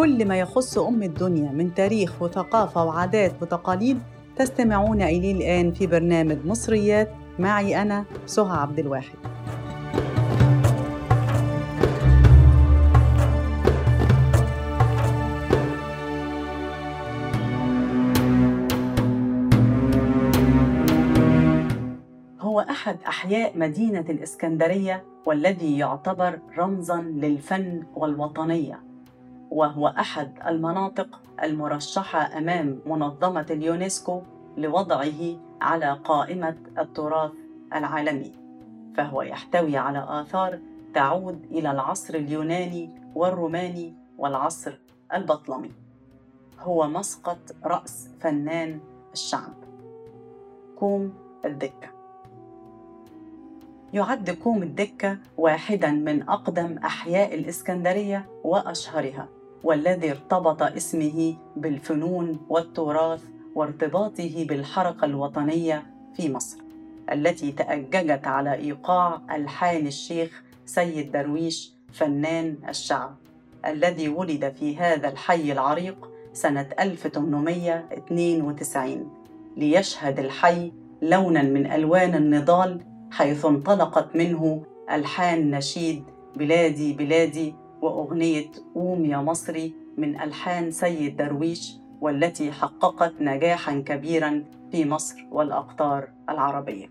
كل ما يخص الدنيا من تاريخ وثقافة وعادات وتقاليد تستمعون إليه الآن في برنامج مصريات معي أنا سهى عبد الواحد. هو أحد أحياء مدينة الإسكندرية والذي يعتبر رمزاً للفن والوطنية، وهو أحد المناطق المرشحة أمام منظمة اليونسكو لوضعه على قائمة التراث العالمي، فهو يحتوي على آثار تعود إلى العصر اليوناني والروماني والعصر البطلمي. هو مسقط رأس فنان الشعب كوم الدكة. يعد كوم الدكة واحداً من أقدم أحياء الإسكندرية وأشهرها، والذي ارتبط اسمه بالفنون والتراث وارتباطه بالحركة الوطنية في مصر، التي تأججت على إيقاع ألحان الشيخ سيد درويش فنان الشعب، الذي ولد في هذا الحي العريق سنة 1892، ليشهد الحي لوناً من ألوان النضال، حيث انطلقت منه ألحان نشيد بلادي بلادي وأغنية قوم يا مصري من ألحان سيد درويش، والتي حققت نجاحاً كبيراً في مصر والأقطار العربية.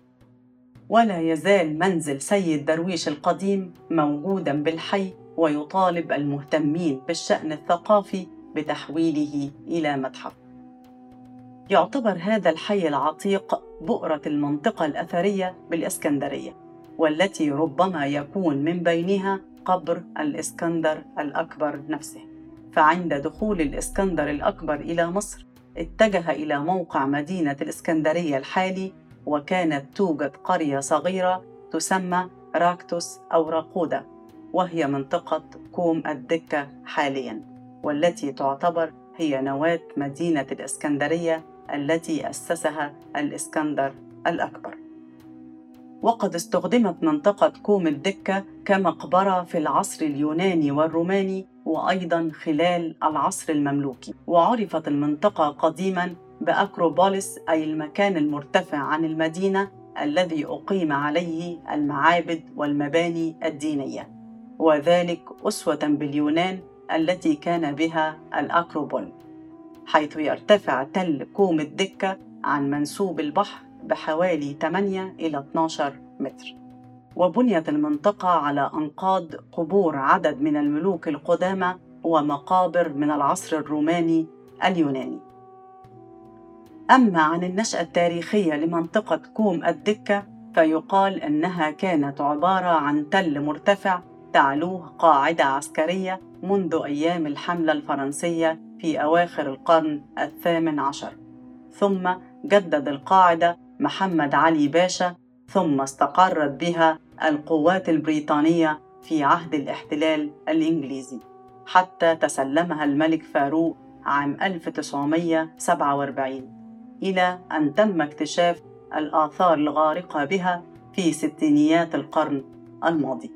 ولا يزال منزل سيد درويش القديم موجوداً بالحي، ويطالب المهتمين بالشأن الثقافي بتحويله إلى متحف. يعتبر هذا الحي العتيق بؤرة المنطقة الأثرية بالإسكندرية، والتي ربما يكون من بينها قبر الإسكندر الأكبر نفسه. فعند دخول الإسكندر الأكبر إلى مصر اتجه إلى موقع مدينة الإسكندرية الحالي، وكانت توجد قرية صغيرة تسمى راكتوس أو راقودة، وهي منطقة كوم الدكة حالياً، والتي تعتبر هي نواة مدينة الإسكندرية التي أسسها الإسكندر الأكبر. وقد استخدمت منطقة كوم الدكة كمقبرة في العصر اليوناني والروماني، وأيضاً خلال العصر المملوكي، وعرفت المنطقة قديماً بأكروبوليس، أي المكان المرتفع عن المدينة الذي أقيم عليه المعابد والمباني الدينية، وذلك أسوة باليونان التي كان بها الأكروبول، حيث يرتفع تل كوم الدكة عن منسوب البحر بحوالي 8 إلى 12 متر. وبنيت المنطقة على أنقاض قبور عدد من الملوك القدامى ومقابر من العصر الروماني اليوناني. أما عن النشأة التاريخية لمنطقة كوم الدكة، فيقال أنها كانت عبارة عن تل مرتفع تعلوه قاعدة عسكرية منذ أيام الحملة الفرنسية في أواخر القرن 18، ثم جدد القاعدة محمد علي باشا، ثم استقرت بها القوات البريطانية في عهد الاحتلال الإنجليزي، حتى تسلمها الملك فاروق عام 1947، إلى أن تم اكتشاف الآثار الغارقة بها في ستينيات القرن الماضي.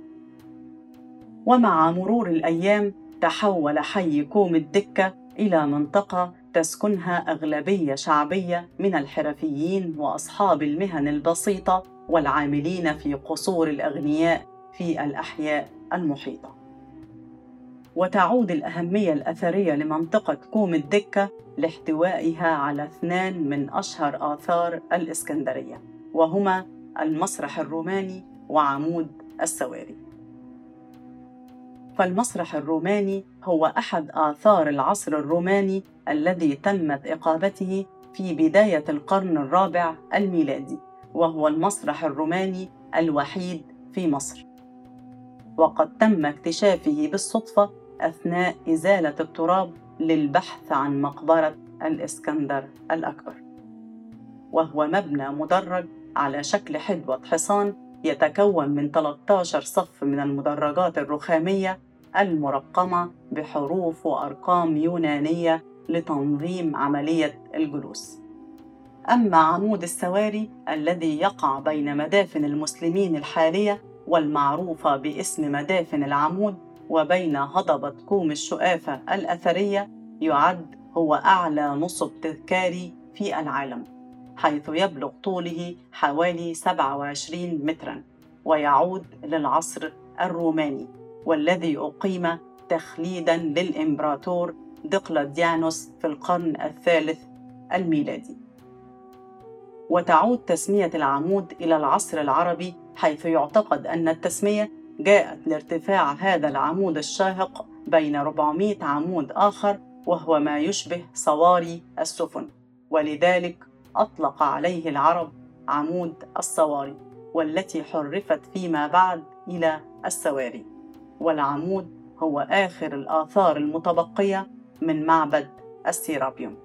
ومع مرور الأيام تحول حي كوم الدكة إلى منطقة تسكنها أغلبية شعبية من الحرفيين وأصحاب المهن البسيطة والعاملين في قصور الأغنياء في الأحياء المحيطة. وتعود الأهمية الأثرية لمنطقة كوم الدكة لاحتوائها على 2 من أشهر آثار الإسكندرية، وهما المسرح الروماني وعمود السواري. فالمسرح الروماني هو أحد آثار العصر الروماني الذي تمت إقامته في بداية القرن الرابع الميلادي، وهو المسرح الروماني الوحيد في مصر، وقد تم اكتشافه بالصدفة أثناء إزالة التراب للبحث عن مقبرة الإسكندر الأكبر. وهو مبنى مدرج على شكل حدوة حصان يتكون من 13 صف من المدرجات الرخامية المرقمة بحروف وأرقام يونانية لتنظيم عملية الجلوس. أما عمود السواري الذي يقع بين مدافن المسلمين الحالية والمعروفة باسم مدافن العمود، وبين هضبة كوم الشؤافة الأثرية يعد هو أعلى نصب تذكاري في العالم، حيث يبلغ طوله حوالي 27 متراً، ويعود للعصر الروماني، والذي أقيم تخليداً للإمبراطور دقلديانوس في القرن الثالث الميلادي. وتعود تسمية العمود إلى العصر العربي، حيث يعتقد أن التسمية جاءت لارتفاع هذا العمود الشاهق بين 400 عمود آخر، وهو ما يشبه صواري السفن، ولذلك أطلق عليه العرب عمود الصواري، والتي حرفت فيما بعد إلى السواري. والعمود هو آخر الآثار المتبقية من معبد السيرابيوم.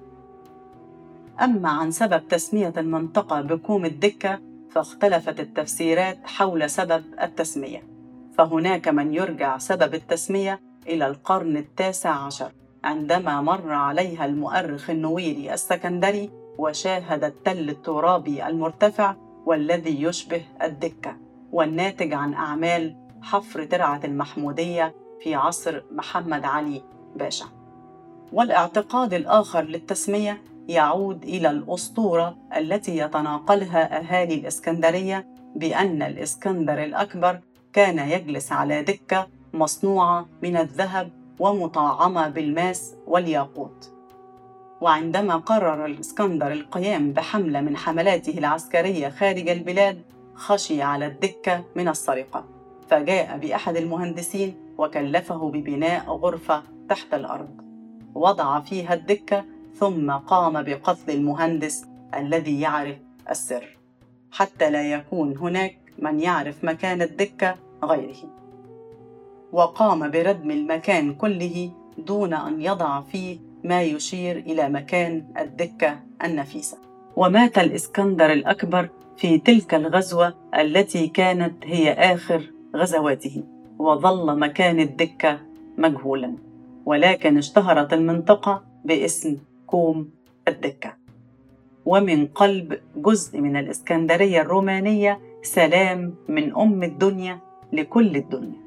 أما عن سبب تسمية المنطقة بكوم الدكة فاختلفت التفسيرات حول سبب التسمية، فهناك من يرجع سبب التسمية إلى القرن التاسع عشر، عندما مر عليها المؤرخ النويري السكندري وشاهد التل الترابي المرتفع والذي يشبه الدكة، والناتج عن أعمال حفر ترعة المحمودية في عصر محمد علي باشا. والاعتقاد الآخر للتسمية يعود إلى الأسطورة التي يتناقلها أهالي الإسكندرية بأن الإسكندر الأكبر كان يجلس على دكة مصنوعة من الذهب ومطعمة بالماس والياقوت. وعندما قرر الإسكندر القيام بحملة من حملاته العسكرية خارج البلاد خشي على الدكة من السرقة، فجاء بأحد المهندسين وكلفه ببناء غرفة تحت الأرض وضع فيها الدكة، ثم قام بقتل المهندس الذي يعرف السر، حتى لا يكون هناك من يعرف مكان الدكة غيره، وقام بردم المكان كله دون أن يضع فيه ما يشير إلى مكان الدكة النفيسة. ومات الإسكندر الأكبر في تلك الغزوة التي كانت هي آخر غزواته، وظل مكان الدكة مجهولاً، ولكن اشتهرت المنطقة باسم كوم الدكة. ومن قلب جزء من الإسكندرية الرومانية سلام من أم الدنيا لكل الدنيا.